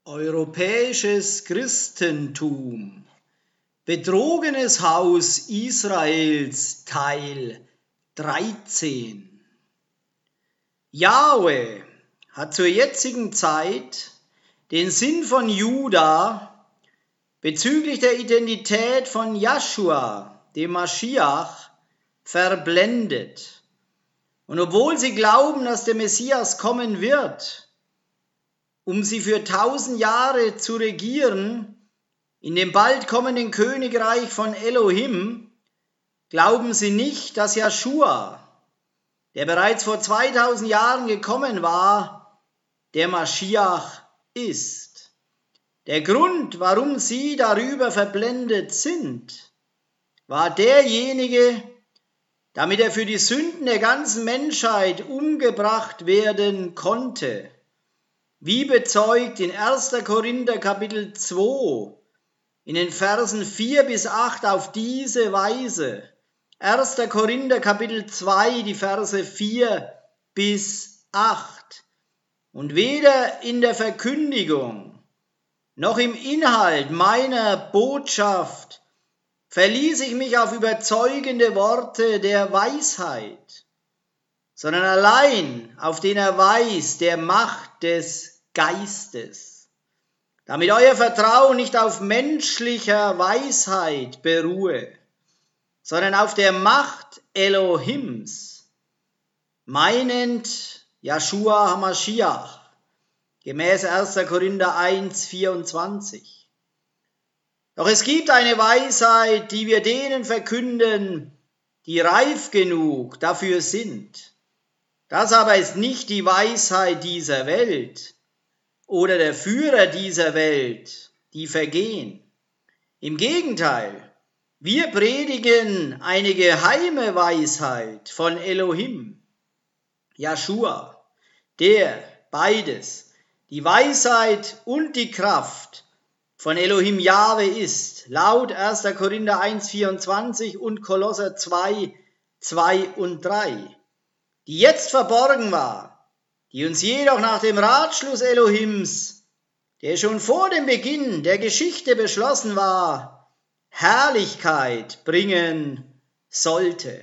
Europäisches Christentum. Betrogenes Haus Israels Teil 13. Jahwe hat zur jetzigen Zeit den Sinn von Juda bezüglich der Identität von Joshua, dem Maschiach, verblendet. Und obwohl sie glauben, dass der Messias kommen wird, um sie für 1000 Jahre zu regieren, in dem bald kommenden Königreich von Elohim, glauben sie nicht, dass Joshua, der bereits vor 2000 Jahren gekommen war, der Maschiach ist. Der Grund, warum sie darüber verblendet sind, war derjenige, damit er für die Sünden der ganzen Menschheit umgebracht werden konnte. Wie bezeugt in 1. Korinther Kapitel 2 in den Versen 4 bis 8 auf diese Weise. 1. Korinther Kapitel 2, die Verse 4 bis 8. Und weder in der Verkündigung noch im Inhalt meiner Botschaft verließ ich mich auf überzeugende Worte der Weisheit, sondern allein auf den Erweis der Macht des Geistes, damit euer Vertrauen nicht auf menschlicher Weisheit beruhe, sondern auf der Macht Elohims, meinend Joshua HaMashiach, gemäß 1. Korinther 1, 24. Doch es gibt eine Weisheit, die wir denen verkünden, die reif genug dafür sind. Das aber ist nicht die Weisheit dieser Welt oder der Führer dieser Welt, die vergehen. Im Gegenteil, wir predigen eine geheime Weisheit von Elohim, Joshua, der beides, die Weisheit und die Kraft von Elohim Jahwe ist, laut 1. Korinther 1, 24 und Kolosser 2, 2 und 3, die jetzt verborgen war, die uns jedoch nach dem Ratschluss Elohims, der schon vor dem Beginn der Geschichte beschlossen war, Herrlichkeit bringen sollte.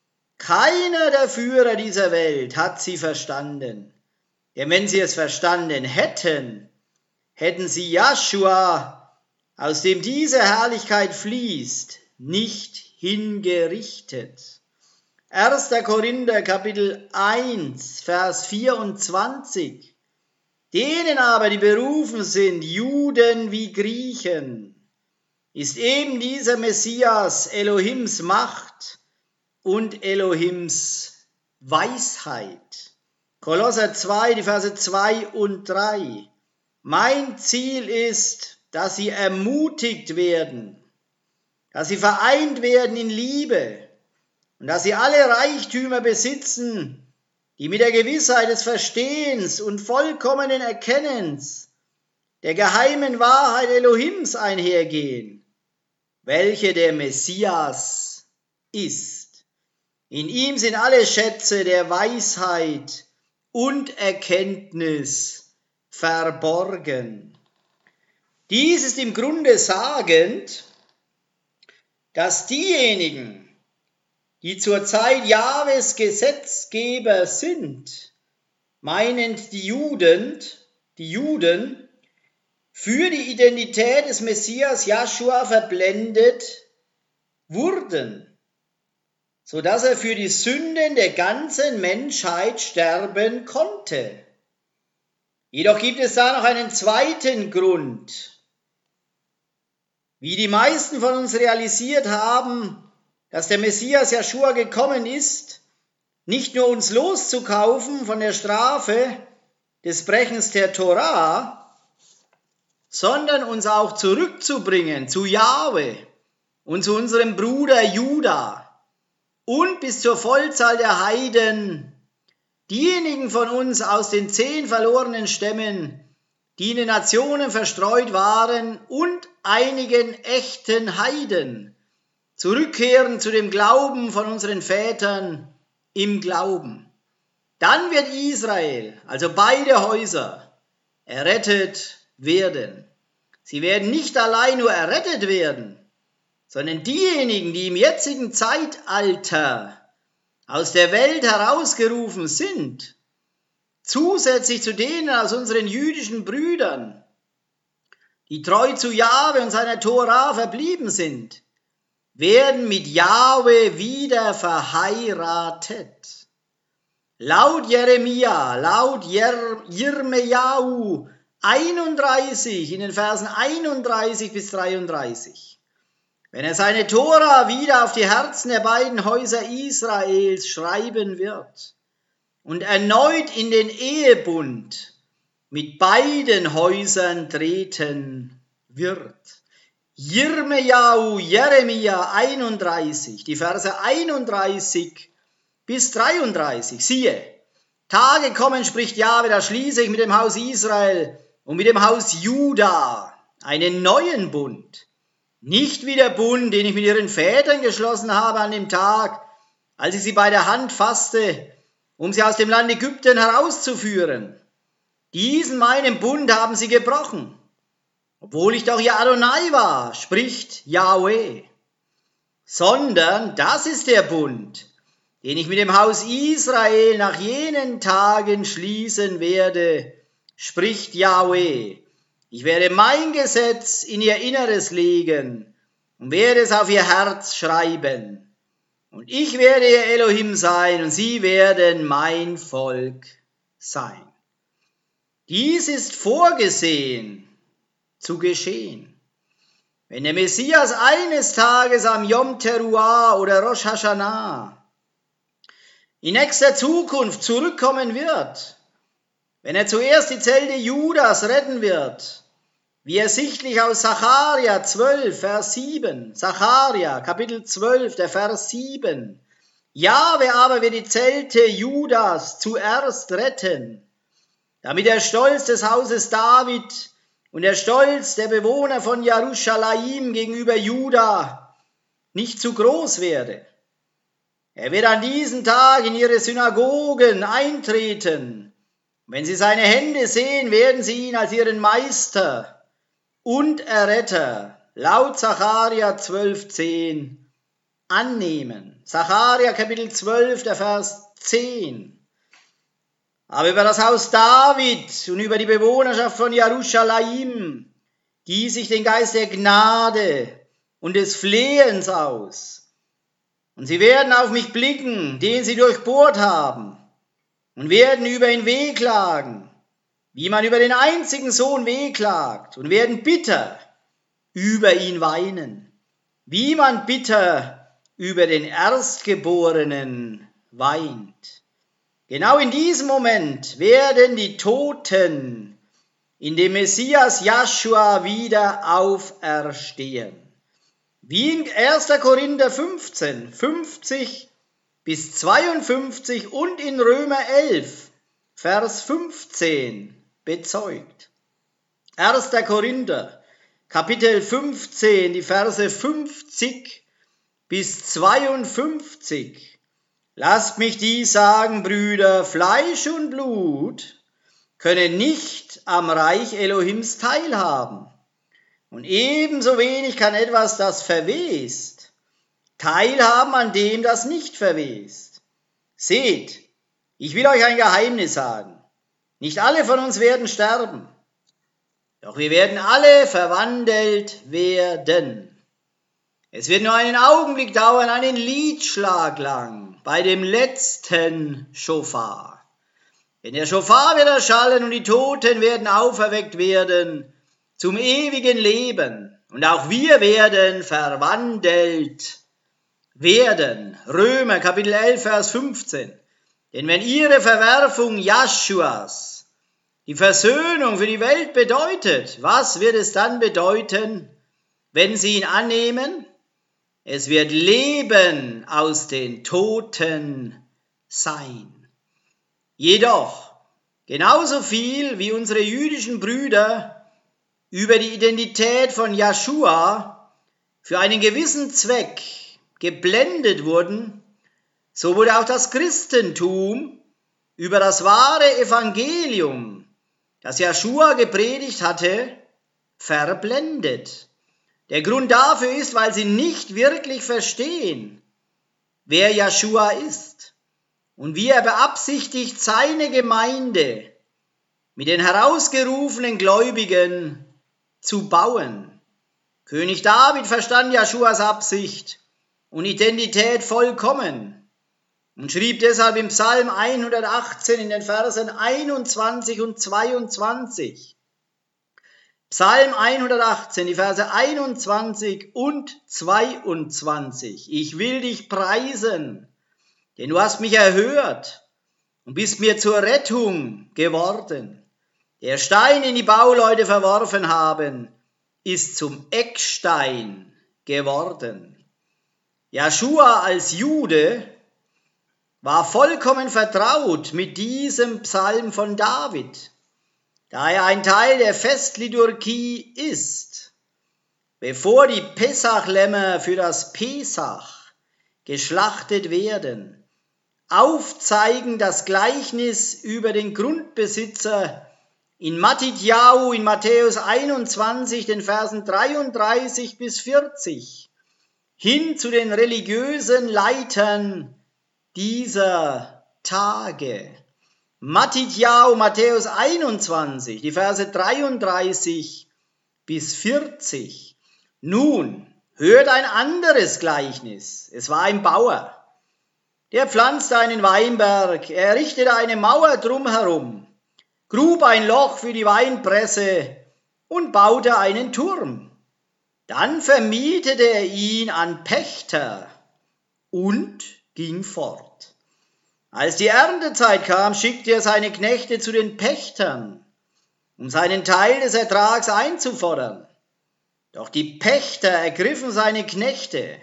Keiner der Führer dieser Welt hat sie verstanden, denn wenn sie es verstanden hätten, hätten sie Joshua, aus dem diese Herrlichkeit fließt, nicht hingerichtet. 1. Korinther Kapitel 1, Vers 24. Denen aber, die berufen sind, Juden wie Griechen, ist eben dieser Messias Elohims Macht und Elohims Weisheit. Kolosser 2, die Verse 2 und 3. Mein Ziel ist, dass sie ermutigt werden, dass sie vereint werden in Liebe und dass sie alle Reichtümer besitzen, die mit der Gewissheit des Verstehens und vollkommenen Erkennens der geheimen Wahrheit Elohims einhergehen, welche der Messias ist. In ihm sind alle Schätze der Weisheit und Erkenntnis verborgen. Dies ist im Grunde sagend, dass diejenigen, die zur Zeit Jahwes Gesetzgeber sind, meinend die Juden, für die Identität des Messias Joshua verblendet wurden, sodass er für die Sünden der ganzen Menschheit sterben konnte. Jedoch gibt es da noch einen zweiten Grund. Wie die meisten von uns realisiert haben, dass der Messias Joshua gekommen ist, nicht nur uns loszukaufen von der Strafe des Brechens der Torah, sondern uns auch zurückzubringen zu Jahwe und zu unserem Bruder Juda und bis zur Vollzahl der Heiden, diejenigen von uns aus den 10 verlorenen Stämmen, die in den Nationen verstreut waren, und einigen echten Heiden, zurückkehren zu dem Glauben von unseren Vätern im Glauben. Dann wird Israel, also beide Häuser, errettet werden. Sie werden nicht allein nur errettet werden, sondern diejenigen, die im jetzigen Zeitalter aus der Welt herausgerufen sind, zusätzlich zu denen aus unseren jüdischen Brüdern, die treu zu Jahwe und seiner Tora verblieben sind, werden mit Jahwe wieder verheiratet. Laut Jeremia, laut Jirmejahu 31, in den Versen 31 bis 33, wenn er seine Tora wieder auf die Herzen der beiden Häuser Israels schreiben wird und erneut in den Ehebund mit beiden Häusern treten wird. Jirmejahu, Jeremia 31, die Verse 31 bis 33. Siehe, Tage kommen, spricht Jahwe, da schließe ich mit dem Haus Israel und mit dem Haus Juda einen neuen Bund. Nicht wie der Bund, den ich mit ihren Vätern geschlossen habe an dem Tag, als ich sie bei der Hand fasste, um sie aus dem Land Ägypten herauszuführen. Diesen meinen Bund haben sie gebrochen, obwohl ich doch ihr Adonai war, spricht Jahwe. Sondern das ist der Bund, den ich mit dem Haus Israel nach jenen Tagen schließen werde, spricht Jahwe. Ich werde mein Gesetz in ihr Inneres legen und werde es auf ihr Herz schreiben. Und ich werde ihr Elohim sein und sie werden mein Volk sein. Dies ist vorgesehen zu geschehen. Wenn der Messias eines Tages am Yom Teruah oder Rosh Hashanah in nächster Zukunft zurückkommen wird, wenn er zuerst die Zelte Judas retten wird, wie ersichtlich aus Sacharja 12, Vers 7, Sacharja, Kapitel 12, der Vers 7, Jahwe aber wird die Zelte Judas zuerst retten, damit der Stolz des Hauses David und der Stolz der Bewohner von Jerusalem gegenüber Juda nicht zu groß werde. Er wird an diesem Tag in ihre Synagogen eintreten. Wenn sie seine Hände sehen, werden sie ihn als ihren Meister und Erretter, laut Sacharja 12,10, annehmen. Sacharja Kapitel 12, der Vers 10. Aber über das Haus David und über die Bewohnerschaft von Jerusalem gieße ich den Geist der Gnade und des Flehens aus. Und sie werden auf mich blicken, den sie durchbohrt haben, und werden über ihn wehklagen, wie man über den einzigen Sohn wehklagt, und werden bitter über ihn weinen, wie man bitter über den Erstgeborenen weint. Genau in diesem Moment werden die Toten in dem Messias Joshua wieder auferstehen. Wie in 1. Korinther 15, 50 bis 52 und in Römer 11, Vers 15 bezeugt. 1. Korinther, Kapitel 15, die Verse 50 bis 52. Lasst mich dies sagen, Brüder, Fleisch und Blut können nicht am Reich Elohims teilhaben. Und ebenso wenig kann etwas, das verwest, teilhaben an dem, das nicht verwest. Seht, ich will euch ein Geheimnis sagen. Nicht alle von uns werden sterben, doch wir werden alle verwandelt werden. Es wird nur einen Augenblick dauern, einen Liedschlag lang, bei dem letzten Schofar. Denn der Schofar wird erschallen und die Toten werden auferweckt werden zum ewigen Leben. Und auch wir werden verwandelt werden. Römer Kapitel 11, Vers 15. Denn wenn ihre Verwerfung Joshuas die Versöhnung für die Welt bedeutet, was wird es dann bedeuten, wenn sie ihn annehmen? Es wird Leben aus den Toten sein. Jedoch, genauso viel wie unsere jüdischen Brüder über die Identität von Joshua für einen gewissen Zweck geblendet wurden, so wurde auch das Christentum über das wahre Evangelium, das Joshua gepredigt hatte, verblendet. Der Grund dafür ist, weil sie nicht wirklich verstehen, wer Jeschua ist und wie er beabsichtigt, seine Gemeinde mit den herausgerufenen Gläubigen zu bauen. König David verstand Jeschuas Absicht und Identität vollkommen und schrieb deshalb im Psalm 118 in den Versen 21 und 22. Psalm 118, die Verse 21 und 22. Ich will dich preisen, denn du hast mich erhört und bist mir zur Rettung geworden. Der Stein, den die Bauleute verworfen haben, ist zum Eckstein geworden. Jeschua als Jude war vollkommen vertraut mit diesem Psalm von David, da er ein Teil der Festliturgie ist. Bevor die Pessachlämmer für das Pesach geschlachtet werden, aufzeigen das Gleichnis über den Grundbesitzer in Mattityahu in Matthäus 21, den Versen 33 bis 40, hin zu den religiösen Leitern dieser Tage. Mattityahu, Matthäus 21, die Verse 33 bis 40. Nun, hört ein anderes Gleichnis. Es war ein Bauer. Der pflanzte einen Weinberg, er errichtete eine Mauer drumherum, grub ein Loch für die Weinpresse und baute einen Turm. Dann vermietete er ihn an Pächter und ging fort. Als die Erntezeit kam, schickte er seine Knechte zu den Pächtern, um seinen Teil des Ertrags einzufordern. Doch die Pächter ergriffen seine Knechte.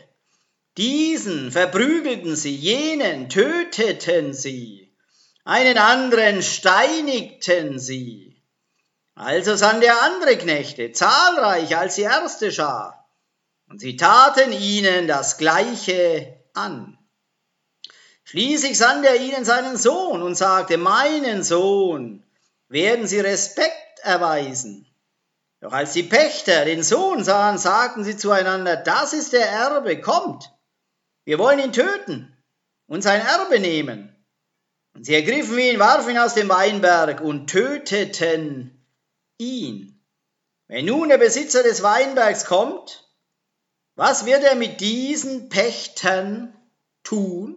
Diesen verprügelten sie, jenen töteten sie. Einen anderen steinigten sie. Also sandte er andere Knechte, zahlreicher als die erste Schar, und sie taten ihnen das Gleiche an. Schließlich sandte er ihnen seinen Sohn und sagte, meinen Sohn werden sie Respekt erweisen. Doch als die Pächter den Sohn sahen, sagten sie zueinander, das ist der Erbe, kommt, wir wollen ihn töten und sein Erbe nehmen. Und sie ergriffen ihn, warfen ihn aus dem Weinberg und töteten ihn. Wenn nun der Besitzer des Weinbergs kommt, was wird er mit diesen Pächtern tun?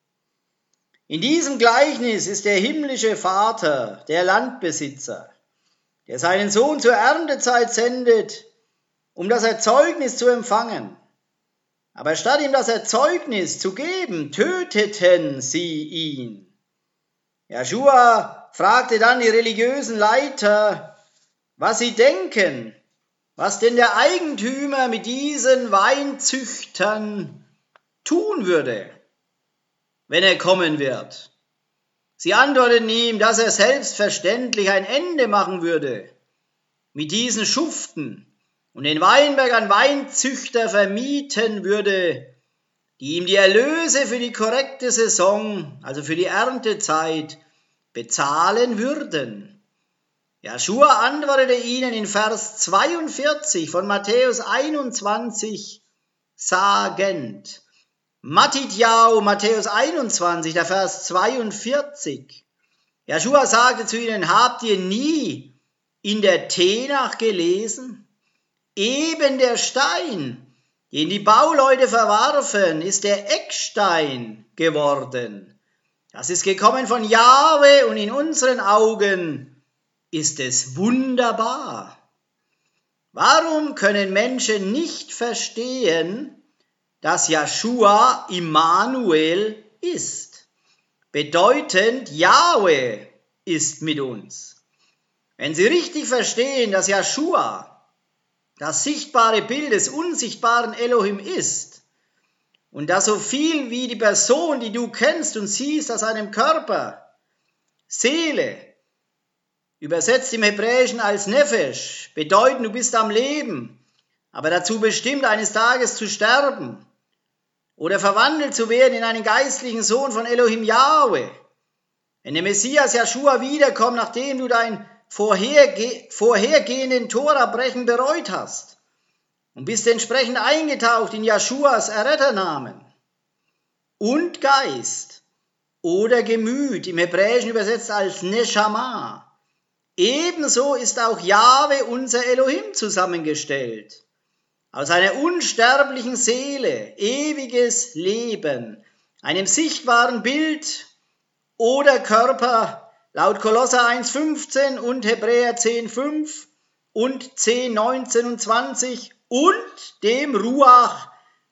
In diesem Gleichnis ist der himmlische Vater, der Landbesitzer, der seinen Sohn zur Erntezeit sendet, um das Erzeugnis zu empfangen. Aber statt ihm das Erzeugnis zu geben, töteten sie ihn. Jeschua fragte dann die religiösen Leiter, was sie denken, was denn der Eigentümer mit diesen Weinzüchtern tun würde, wenn er kommen wird. Sie antworteten ihm, dass er selbstverständlich ein Ende machen würde mit diesen Schuften und den Weinberg an Weinzüchter vermieten würde, die ihm die Erlöse für die korrekte Saison, also für die Erntezeit, bezahlen würden. Jeschua antwortete ihnen in Vers 42 von Matthäus 21 sagend, Mattityahu, Matthäus 21, der Vers 42. Jeschua sagte zu ihnen, habt ihr nie in der Tenach gelesen? Eben der Stein, den die Bauleute verwarfen, ist der Eckstein geworden. Das ist gekommen von Jahwe und in unseren Augen ist es wunderbar. Warum können Menschen nicht verstehen, dass Jeschua Immanuel ist? Bedeutend, Jahwe ist mit uns. Wenn sie richtig verstehen, dass Jeschua das sichtbare Bild des unsichtbaren Elohim ist und dass so viel wie die Person, die du kennst und siehst aus einem Körper, Seele, übersetzt im Hebräischen als Nefesh, bedeuten, du bist am Leben, aber dazu bestimmt, eines Tages zu sterben oder verwandelt zu werden in einen geistlichen Sohn von Elohim Jahwe. Wenn der Messias Jeschua wiederkommt, nachdem du dein vorhergehenden Torabrechen bereut hast und bist entsprechend eingetaucht in Jeschuas Erretternamen und Geist oder Gemüt, im Hebräischen übersetzt als Neshama. Ebenso ist auch Jahwe, unser Elohim, zusammengestellt. Aus einer unsterblichen Seele, ewiges Leben, einem sichtbaren Bild oder Körper, laut Kolosser 1,15 und Hebräer 10,5 und 10,19 und 20 und dem Ruach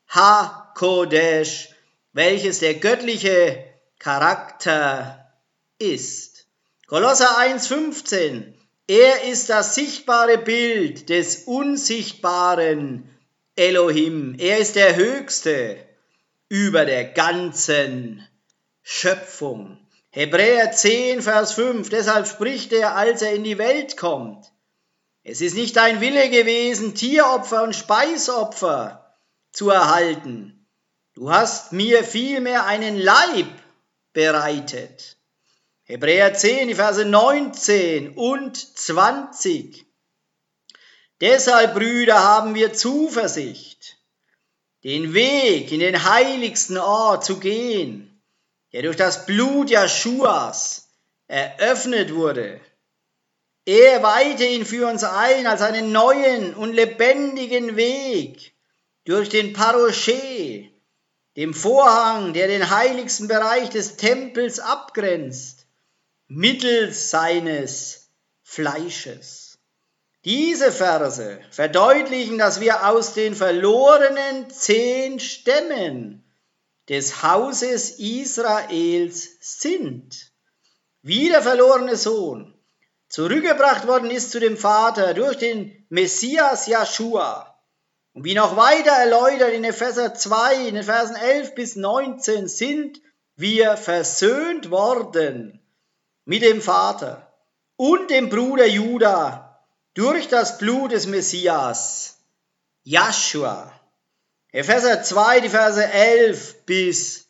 HaKodesh, welches der göttliche Charakter ist. Kolosser 1,15, er ist das sichtbare Bild des unsichtbaren Elohim. Er ist der Höchste über der ganzen Schöpfung. Hebräer 10, Vers 5, deshalb spricht er, als er in die Welt kommt. Es ist nicht dein Wille gewesen, Tieropfer und Speisopfer zu erhalten. Du hast mir vielmehr einen Leib bereitet. Hebräer 10, die Verse 19 und 20. Deshalb, Brüder, haben wir Zuversicht, den Weg in den heiligsten Ort zu gehen, der durch das Blut Jeschuas eröffnet wurde. Er weihte ihn für uns ein als einen neuen und lebendigen Weg durch den Paroschä, dem Vorhang, der den heiligsten Bereich des Tempels abgrenzt, mittels seines Fleisches. Diese Verse verdeutlichen, dass wir aus den verlorenen 10 Stämmen des Hauses Israels sind. Wie der verlorene Sohn zurückgebracht worden ist zu dem Vater durch den Messias Jeschua. Und wie noch weiter erläutert in Epheser 2, in den Versen 11 bis 19, sind wir versöhnt worden mit dem Vater und dem Bruder Juda durch das Blut des Messias, Jeschua. Epheser 2, die Verse 11 bis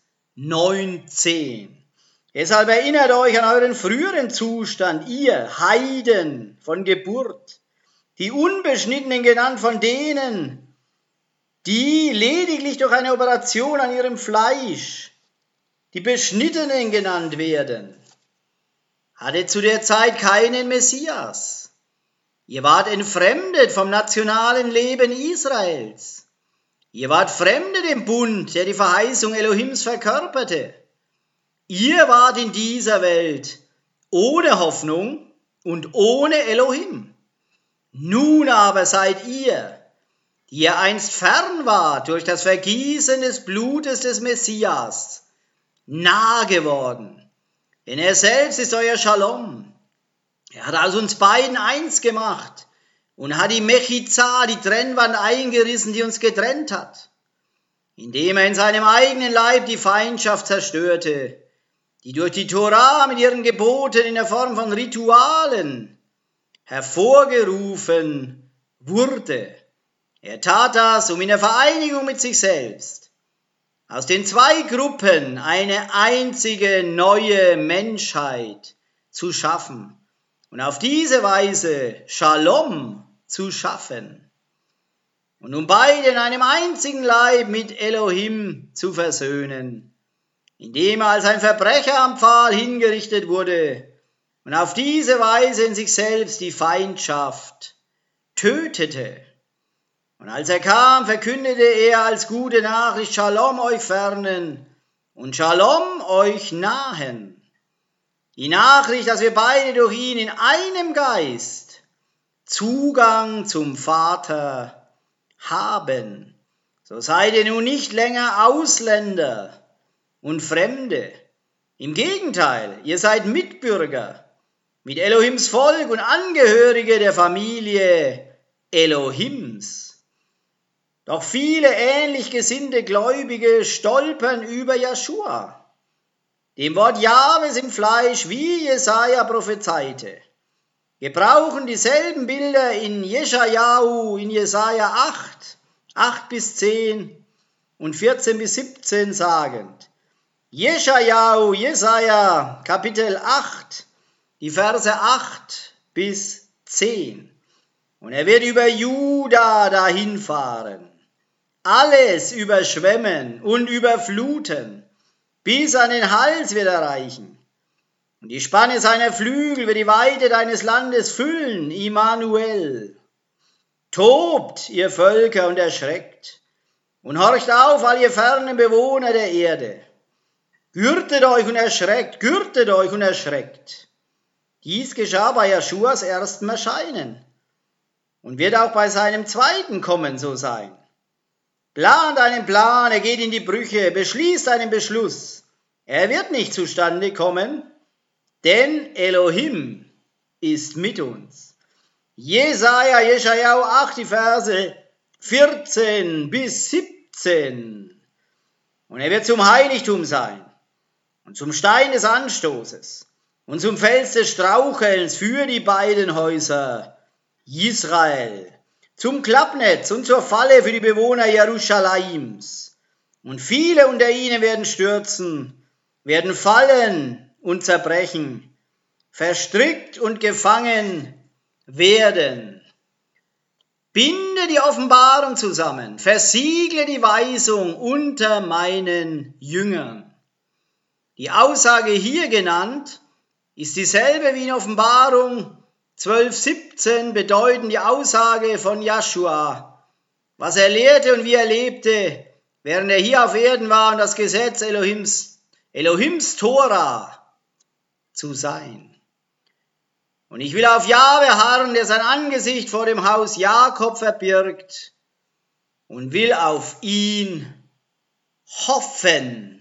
19. Deshalb erinnert euch an euren früheren Zustand, ihr Heiden von Geburt, die Unbeschnittenen genannt von denen, die lediglich durch eine Operation an ihrem Fleisch, die Beschnittenen genannt werden, hatte zu der Zeit keinen Messias. Ihr wart entfremdet vom nationalen Leben Israels. Ihr wart Fremde dem Bund, der die Verheißung Elohims verkörperte. Ihr wart in dieser Welt ohne Hoffnung und ohne Elohim. Nun aber seid ihr, die ihr einst fern wart durch das Vergießen des Blutes des Messias, nah geworden. Denn er selbst ist euer Shalom. Er hat aus uns beiden eins gemacht und hat die Mechizah, die Trennwand eingerissen, die uns getrennt hat, indem er in seinem eigenen Leib die Feindschaft zerstörte, die durch die Torah mit ihren Geboten in der Form von Ritualen hervorgerufen wurde. Er tat das, um in der Vereinigung mit sich selbst aus den 2 Gruppen eine einzige neue Menschheit zu schaffen und auf diese Weise Shalom zu schaffen und um beide in einem einzigen Leib mit Elohim zu versöhnen, indem er als ein Verbrecher am Pfahl hingerichtet wurde und auf diese Weise in sich selbst die Feindschaft tötete. Und als er kam, verkündete er als gute Nachricht, Shalom euch fernen und Shalom euch nahen. Die Nachricht, dass wir beide durch ihn in einem Geist Zugang zum Vater haben. So seid ihr nun nicht länger Ausländer und Fremde. Im Gegenteil, ihr seid Mitbürger mit Elohims Volk und Angehörige der Familie Elohims. Doch viele ähnlich gesinnte Gläubige stolpern über Jeschua, dem Wort Jahwes im Fleisch, wie Jesaja prophezeite, gebrauchen dieselben Bilder in Jeschajahu, in Jesaja 8 bis 10 und 14 bis 17 sagend. Jeschajahu, Jesaja, Kapitel 8, die Verse 8 bis 10. Und er wird über Juda dahinfahren, alles überschwemmen und überfluten, bis an den Hals wird er reichen. Und die Spanne seiner Flügel wird die Weite deines Landes füllen, Immanuel. Tobt, ihr Völker, und erschreckt, und horcht auf, all ihr fernen Bewohner der Erde. Gürtet euch und erschreckt, gürtet euch und erschreckt. Dies geschah bei Jeschuas erstem Erscheinen und wird auch bei seinem zweiten Kommen so sein. Plant einen Plan, er geht in die Brüche, beschließt einen Beschluss. Er wird nicht zustande kommen, denn Elohim ist mit uns. Jesaja 8, die Verse 14 bis 17. Und er wird zum Heiligtum sein und zum Stein des Anstoßes und zum Fels des Strauchelns für die beiden Häuser Israel, zum Klappnetz und zur Falle für die Bewohner Jerusalems. Und viele unter ihnen werden stürzen, werden fallen und zerbrechen, verstrickt und gefangen werden. Binde die Offenbarung zusammen, versiegle die Weisung unter meinen Jüngern. Die Aussage hier genannt ist dieselbe wie in Offenbarung 12,17, bedeuten die Aussage von Jeschua, was er lehrte und wie er lebte, während er hier auf Erden war und das Gesetz Elohims Tora zu sein. Und ich will auf Jahwe harren, der sein Angesicht vor dem Haus Jakob verbirgt, und will auf ihn hoffen.